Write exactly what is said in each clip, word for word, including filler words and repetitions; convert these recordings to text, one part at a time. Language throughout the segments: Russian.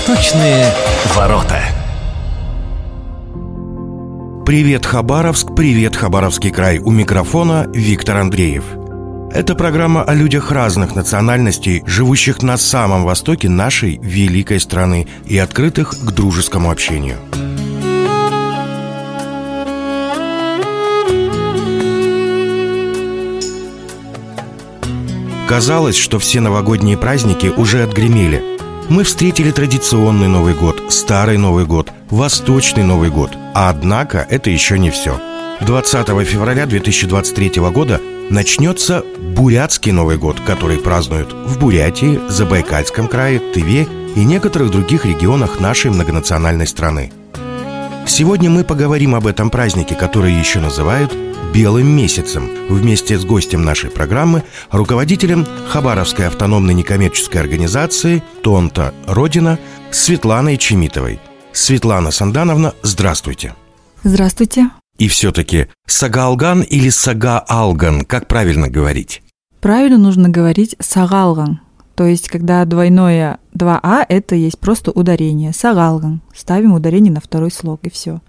Восточные ворота. Привет, Хабаровск, привет, Хабаровский край. У микрофона Виктор Андреев. Это программа о людях разных национальностей, живущих на самом востоке нашей великой страны и открытых к дружескому общению. Казалось, что все новогодние праздники уже отгремели. Мы встретили традиционный Новый год, старый Новый год, восточный Новый год. А однако это еще не все. двадцатого февраля две тысячи двадцать третьего года начнется бурятский Новый год, который празднуют в Бурятии, Забайкальском крае, Тыве и некоторых других регионах нашей многонациональной страны. Сегодня мы поговорим об этом празднике, который еще называют Белым месяцем, вместе с гостем нашей программы, руководителем Хабаровской автономной некоммерческой организации «Тонта Родина» Светланой Чемитовой. Светлана Сандановна, здравствуйте. Здравствуйте. И все-таки Сагаалган или Сагаалган, как правильно говорить? Правильно нужно говорить Сагаалган. То есть, когда двойное два а, это есть просто ударение. Сагаалган. Ставим ударение на второй слог, и все.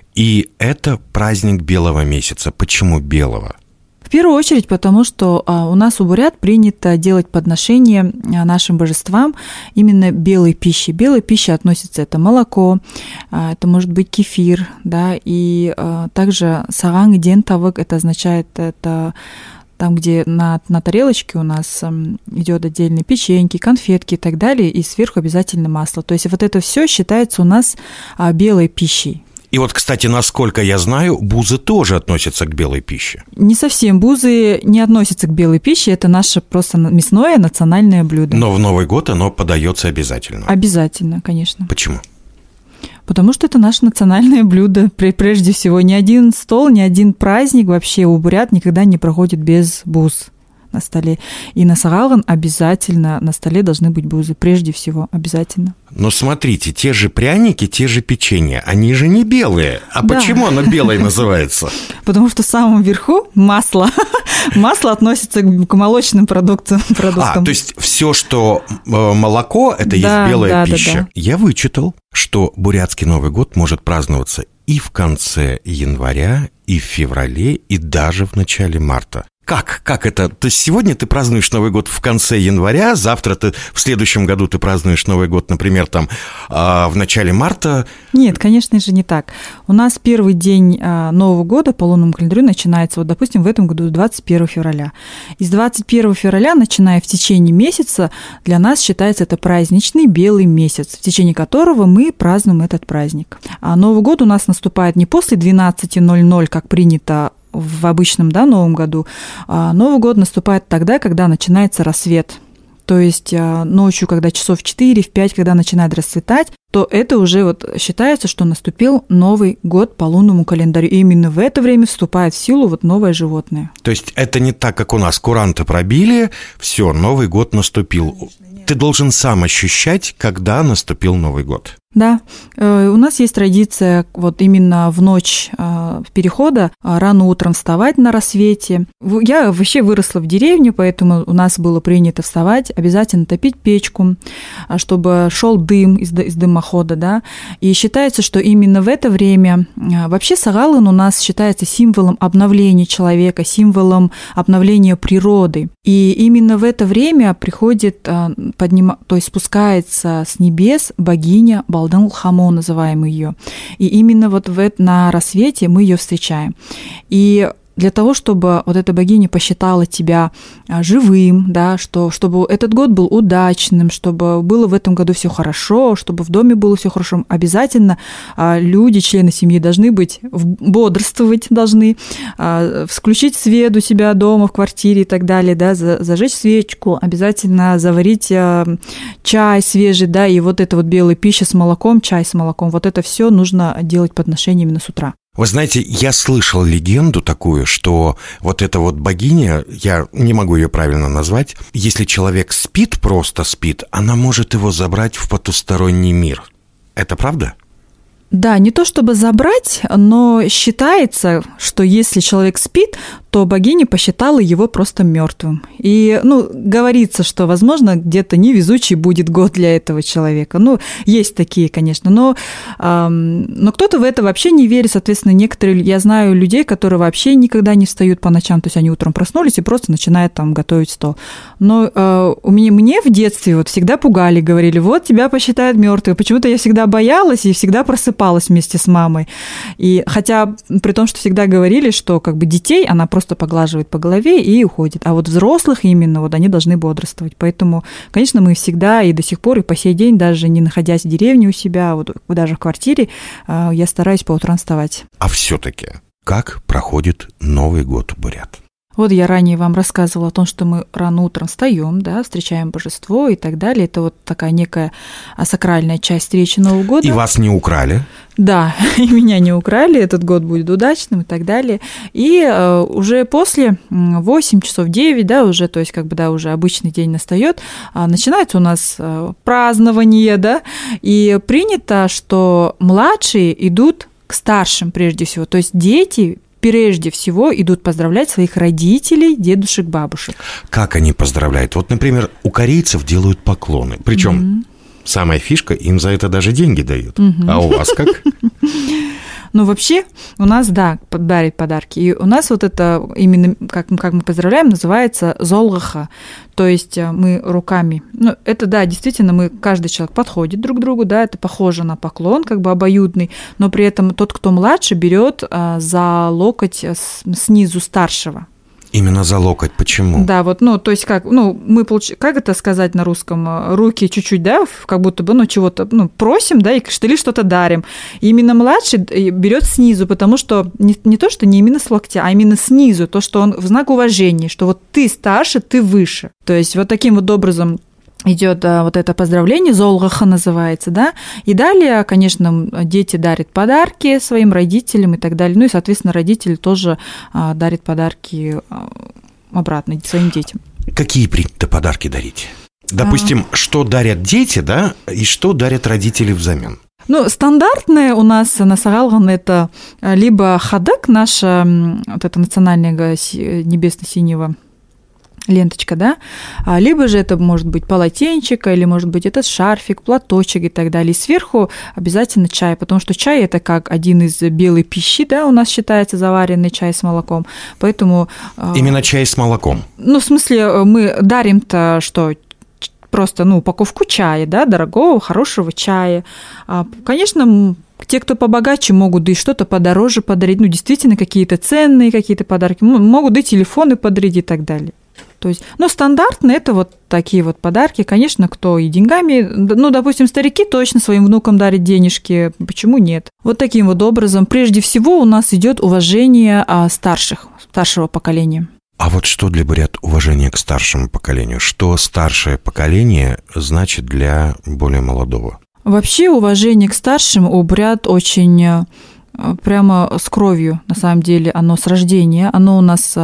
И это праздник белого месяца. Почему белого? В первую очередь, потому что а, у нас у бурят принято делать подношения а, нашим божествам именно белой пищи. Белой пищи относится это молоко, а, это может быть кефир, да, и а, также саган ден тавык, это означает это там, где на, на тарелочке у нас идет отдельные печеньки, конфетки и так далее, и сверху обязательно масло. То есть вот это все считается у нас а, белой пищей. И вот, кстати, насколько я знаю, бузы тоже относятся к белой пище. Не совсем. Бузы не относятся к белой пище. Это наше просто мясное национальное блюдо. Но в Новый год оно подается обязательно. Обязательно, конечно. Почему? Потому что это наше национальное блюдо. Прежде всего, ни один стол, ни один праздник вообще у бурят никогда не проходит без буз на столе. И на Сагаалган обязательно на столе должны быть бузы. Прежде всего, обязательно. Но смотрите, те же пряники, те же печенья, они же не белые. А да. Почему оно белое называется? Потому что в самом верху масло. Масло относится к молочным продуктам. А, то есть все, что молоко, это да, есть белая да, пища. Да, да. Я вычитал, что бурятский Новый год может праздноваться и в конце января, и в феврале, и даже в начале марта. Как? Как это? То есть сегодня ты празднуешь Новый год в конце января, завтра ты в следующем году ты празднуешь Новый год, например, там в начале марта? Нет, конечно же, не так. У нас первый день Нового года по лунному календарю начинается, вот, допустим, в этом году двадцать первого февраля. И с двадцать первого февраля, начиная в течение месяца, для нас считается это праздничный белый месяц, в течение которого мы празднуем этот праздник. А Новый год у нас наступает не после двенадцати ноль-ноль, как принято в обычном, да, Новом году. А Новый год наступает тогда, когда начинается рассвет. То есть ночью, когда часов в четыре, в пять, когда начинает расцветать, то это уже вот считается, что наступил Новый год по лунному календарю. И именно в это время вступает в силу вот новое животное. То есть это не так, как у нас куранты пробили, все, Новый год наступил. Ты должен сам ощущать, когда наступил Новый год. Да, у нас есть традиция вот именно в ночь перехода рано утром вставать на рассвете. Я вообще выросла в деревне, поэтому у нас было принято вставать, обязательно топить печку, чтобы шел дым из, из дымохода, да. И считается, что именно в это время вообще Сагаалган у нас считается символом обновления человека, символом обновления природы. И именно в это время приходит, поднима, то есть спускается с небес богиня Балдан Хамо, называем ее. И именно вот в это, на рассвете мы ее встречаем. И для того, чтобы вот эта богиня посчитала тебя живым, да, что, чтобы этот год был удачным, чтобы было в этом году все хорошо, чтобы в доме было все хорошо, обязательно люди, члены семьи должны быть, бодрствовать должны, включить свет у себя дома, в квартире и так далее, да, зажечь свечку, обязательно заварить чай свежий, да, и вот эта вот белая пища с молоком, чай с молоком, вот это все нужно делать подношение именно с утра. Вы знаете, я слышал легенду такую, что вот эта вот богиня, я не могу ее правильно назвать, если человек спит, просто спит, она может его забрать в потусторонний мир. Это правда? Да, не то чтобы забрать, но считается, что если человек спит, то богиня посчитала его просто мертвым. И, ну, говорится, что, возможно, где-то невезучий будет год для этого человека. Ну, есть такие, конечно, но, эм, но кто-то в это вообще не верит. Соответственно, некоторые, я знаю людей, которые вообще никогда не встают по ночам, то есть они утром проснулись и просто начинают там готовить стол. Но э, у меня, мне в детстве вот всегда пугали, говорили, вот тебя посчитают мертвым. Почему-то я всегда боялась и всегда просыпалась вместе с мамой. И хотя при том, что всегда говорили, что как бы детей она просто поглаживает по голове и уходит. А вот взрослых именно, вот они должны бодрствовать. Поэтому, конечно, мы всегда и до сих пор, и по сей день, даже не находясь в деревне у себя, вот даже в квартире, я стараюсь по утрам вставать. А все-таки, как проходит Новый год у бурят? Вот я ранее вам рассказывала о том, что мы рано утром встаем, да, встречаем божество и так далее. Это вот такая некая сакральная часть встречи Нового года. И вас не украли? Да, и меня не украли, этот год будет удачным и так далее. И э, уже после восемь часов девять, да, уже, то есть как бы, да, уже обычный день настает, э, начинается у нас э, празднование, да, и принято, что младшие идут к старшим прежде всего, то есть дети прежде всего идут поздравлять своих родителей, дедушек, бабушек. Как они поздравляют? Вот, например, у корейцев делают поклоны. Причем mm-hmm. самая фишка, им за это даже деньги дают. Mm-hmm. А у вас как? Ну, вообще, у нас, да, дарят подарки. И у нас вот это именно, как, как мы поздравляем, называется золгаха. То есть мы руками... Ну, это, да, действительно, мы, каждый человек подходит друг к другу, да, это похоже на поклон, как бы обоюдный, но при этом тот, кто младше, берет а, за локоть с, снизу старшего. Именно за локоть. Почему? Да, вот, ну, то есть как, ну, мы, получ... как это сказать на русском, руки чуть-чуть, да, как будто бы, ну, чего-то, ну, просим, да, или что-то дарим. И именно младший берет снизу, потому что не, не то, что не именно с локтя, а именно снизу, то, что он в знак уважения, что вот ты старше, ты выше. То есть вот таким вот образом идет да, вот это поздравление, золгаха называется, да, и далее, конечно, дети дарят подарки своим родителям и так далее, ну и, соответственно, родители тоже а, дарят подарки а, обратно своим детям. Какие принято подарки дарить? Допустим, а... что дарят дети, да, и что дарят родители взамен? Ну, стандартное у нас на Сагалган это либо хадак, наша вот эта национальная небесно-синего ленточка, да, либо же это может быть полотенчик, или может быть этот шарфик, платочек и так далее. И сверху обязательно чай, потому что чай это как один из белой пищи, да, у нас считается заваренный чай с молоком, поэтому... Именно чай с молоком? Ну, в смысле, мы дарим-то что? Просто, ну, упаковку чая, да, дорогого, хорошего чая. Конечно, те, кто побогаче, могут да и что-то подороже подарить, ну, действительно, какие-то ценные какие-то подарки, могут и телефоны подарить и так далее. То есть, ну, стандартно это вот такие вот подарки. Конечно, кто и деньгами, ну, допустим, старики точно своим внукам дарят денежки, почему нет? Вот таким вот образом. Прежде всего у нас идет уважение старших, старшего поколения. А вот что для бурят уважение к старшему поколению? Что старшее поколение значит для более молодого? Вообще уважение к старшим у бурят очень прямо с кровью, на самом деле, оно с рождения, оно у нас...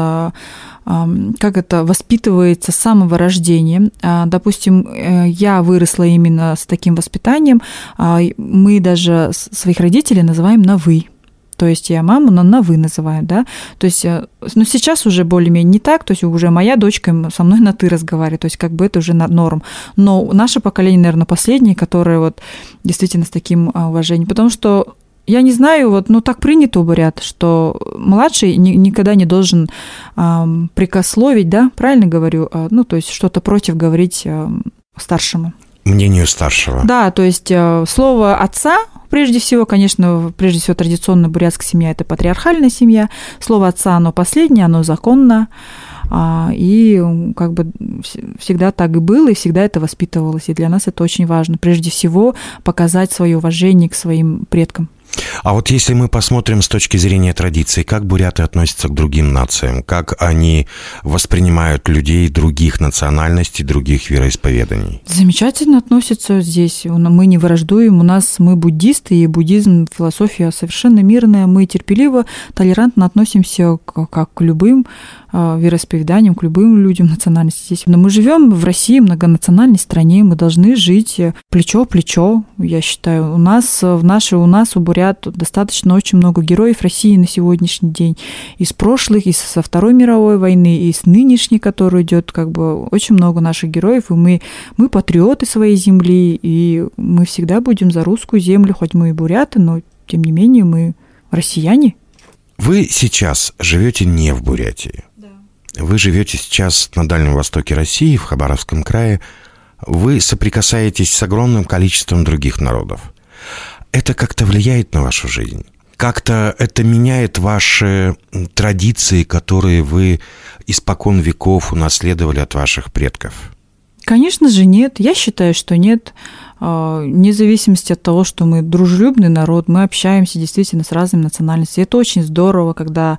как это воспитывается с самого рождения. Допустим, я выросла именно с таким воспитанием. Мы даже своих родителей называем на «вы». То есть я маму на, на «вы» называю, да. То есть, ну, сейчас уже более-менее не так, то есть уже моя дочка со мной на «ты» разговаривает, то есть как бы это уже норм. Но наше поколение, наверное, последнее, которое вот действительно с таким уважением, потому что я не знаю, вот, ну, так принято у бурят, что младший ни, никогда не должен э, прикословить, да, правильно говорю, э, ну, то есть что-то против говорить э, старшему. Мнению старшего. Да, то есть э, слово отца, прежде всего, конечно, прежде всего традиционно бурятская семья – это патриархальная семья, слово отца, оно последнее, оно законно, э, и как бы всегда так и было, и всегда это воспитывалось, и для нас это очень важно, прежде всего показать свое уважение к своим предкам. А вот если мы посмотрим с точки зрения традиций, как буряты относятся к другим нациям, как они воспринимают людей других национальностей, других вероисповеданий? Замечательно относятся здесь. Мы не враждуем, у нас мы буддисты, и буддизм, философия совершенно мирная, мы терпеливо, толерантно относимся как к любым вероисповеданиям, к любым людям национальности здесь. Но мы живем в России, многонациональной стране, мы должны жить плечо в плечо, я считаю. У нас, в нашей, у нас, у бурят достаточно очень много героев России на сегодняшний день. Из прошлых, и со Второй мировой войны, и с нынешней, которая идет, как бы очень много наших героев, и мы, мы патриоты своей земли, и мы всегда будем за русскую землю, хоть мы и буряты, но тем не менее мы россияне. Вы сейчас живете не в Бурятии. Да. Вы живете сейчас на Дальнем Востоке России, в Хабаровском крае. Вы соприкасаетесь с огромным количеством других народов. Это как-то влияет на вашу жизнь? Как-то это меняет ваши традиции, которые вы испокон веков унаследовали от ваших предков? Конечно же, нет. Я считаю, что нет. Вне зависимости от того, что мы дружелюбный народ, мы общаемся действительно с разными национальностями. Это очень здорово, когда,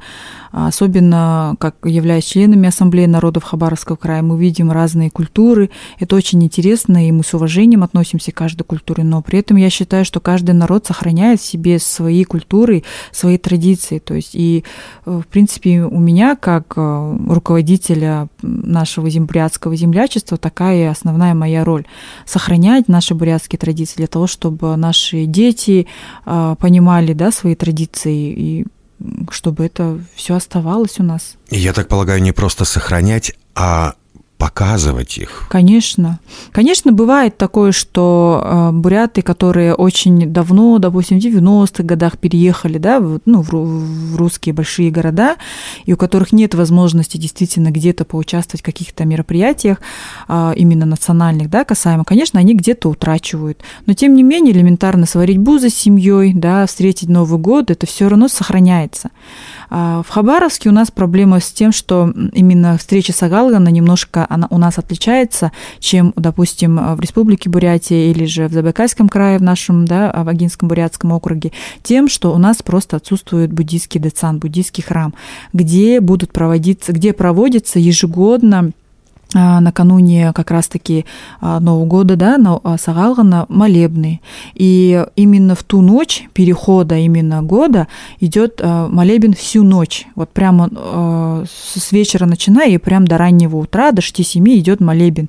особенно как являясь членами Ассамблеи народов Хабаровского края, мы видим разные культуры. Это очень интересно, и мы с уважением относимся к каждой культуре. Но при этом я считаю, что каждый народ сохраняет в себе свои культуры, свои традиции. То есть, и, в принципе, у меня, как руководителя нашего бурятского землячества, такая основная моя роль – сохранять наши бурятские традиции для того, чтобы наши дети э, понимали, да, свои традиции, и чтобы это все оставалось у нас. Я так полагаю, не просто сохранять, а показывать их. Конечно. Конечно, бывает такое, что буряты, которые очень давно, допустим, в девяностых годах переехали, да, ну, в русские большие города, и у которых нет возможности действительно где-то поучаствовать в каких-то мероприятиях, именно национальных, да, касаемо, конечно, они где-то утрачивают. Но, тем не менее, элементарно сварить бузы с семьей, да, встретить Новый год, это все равно сохраняется. В Хабаровске у нас проблема с тем, что именно встреча с Агалгана немножко она у нас отличается, чем, допустим, в Республике Бурятия или же в Забайкальском крае, в нашем, да, в Агинском бурятском округе, тем, что у нас просто отсутствует буддийский децан, буддийский храм, где будут проводиться, где проводится ежегодно накануне как раз-таки Нового года, да, на Сагалгана молебны. И именно в ту ночь перехода именно года идет молебен всю ночь. Вот прямо с вечера начиная и прям до раннего утра, до шести-семи идет молебен.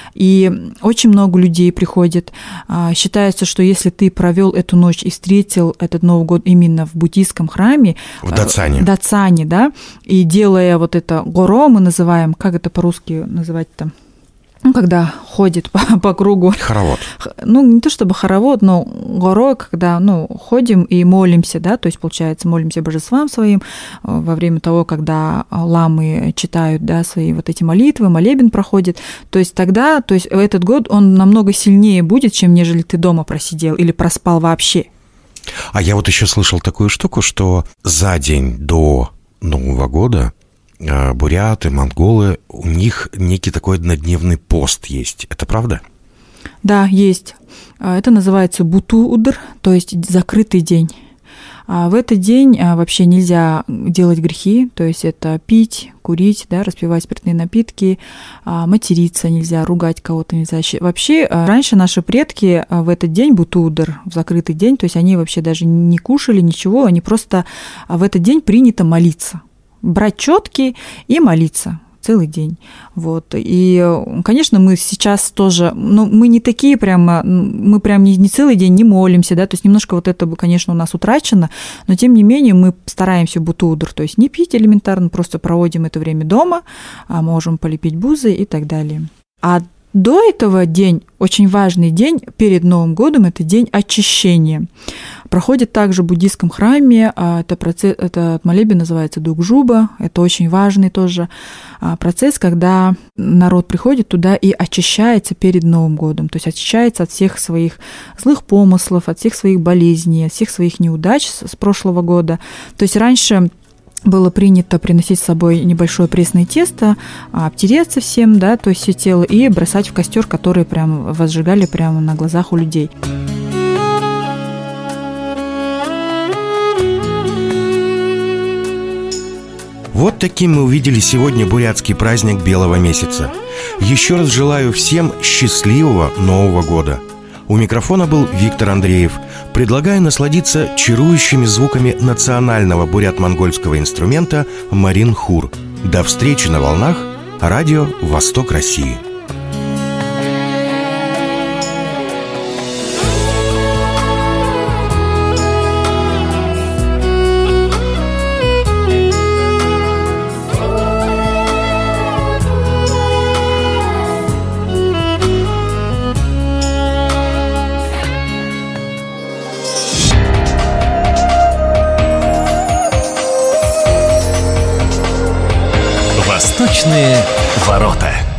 И очень много людей приходит. Считается, что если ты провел эту ночь и встретил этот Новый год именно в буддийском храме, в Дацане, Дацане, да, и делая вот это горо, мы называем, как это по-русски называть-то? Ну, когда ходит по, по кругу. Хоровод. Ну, не то чтобы хоровод, но горо, когда, ну, ходим и молимся, да, то есть, получается, молимся божествам своим во время того, когда ламы читают, да, свои вот эти молитвы, молебен проходит. То есть тогда, то есть этот год, он намного сильнее будет, чем нежели ты дома просидел или проспал вообще. А я вот еще слышал такую штуку, что за день до Нового года буряты, монголы, у них некий такой однодневный пост есть. Это правда? Да, есть. Это называется буту-удр, то есть закрытый день. В этот день вообще нельзя делать грехи, то есть это пить, курить, да, распивать спиртные напитки, материться нельзя, ругать кого-то нельзя. Вообще, раньше наши предки в этот день, буту-удр, в закрытый день, то есть они вообще даже не кушали ничего, они просто в этот день принято молиться. Брать четки и молиться целый день. Вот. И, конечно, мы сейчас тоже, ну, мы не такие прямо, мы прям не, не целый день не молимся, да, то есть немножко вот это, конечно, у нас утрачено, но тем не менее мы стараемся буту-удр, то есть не пить элементарно, просто проводим это время дома, можем полепить бузы и так далее. А до этого день, очень важный день перед Новым годом, это день очищения. Проходит также в буддийском храме, это процесс, этот молебен называется дугжуба, это очень важный тоже процесс, когда народ приходит туда и очищается перед Новым годом, то есть очищается от всех своих злых помыслов, от всех своих болезней, от всех своих неудач с прошлого года. То есть раньше было принято приносить с собой небольшое пресное тесто, обтереться всем, да, то есть все тело, и бросать в костер, который прям возжигали прямо на глазах у людей. Вот таким мы увидели сегодня бурятский праздник Белого месяца. Еще раз желаю всем счастливого Нового года. У микрофона был Виктор Андреев. Предлагаю насладиться чарующими звуками национального бурят-монгольского инструмента марин-хур. До встречи на волнах радио «Восток России». Восточные ворота.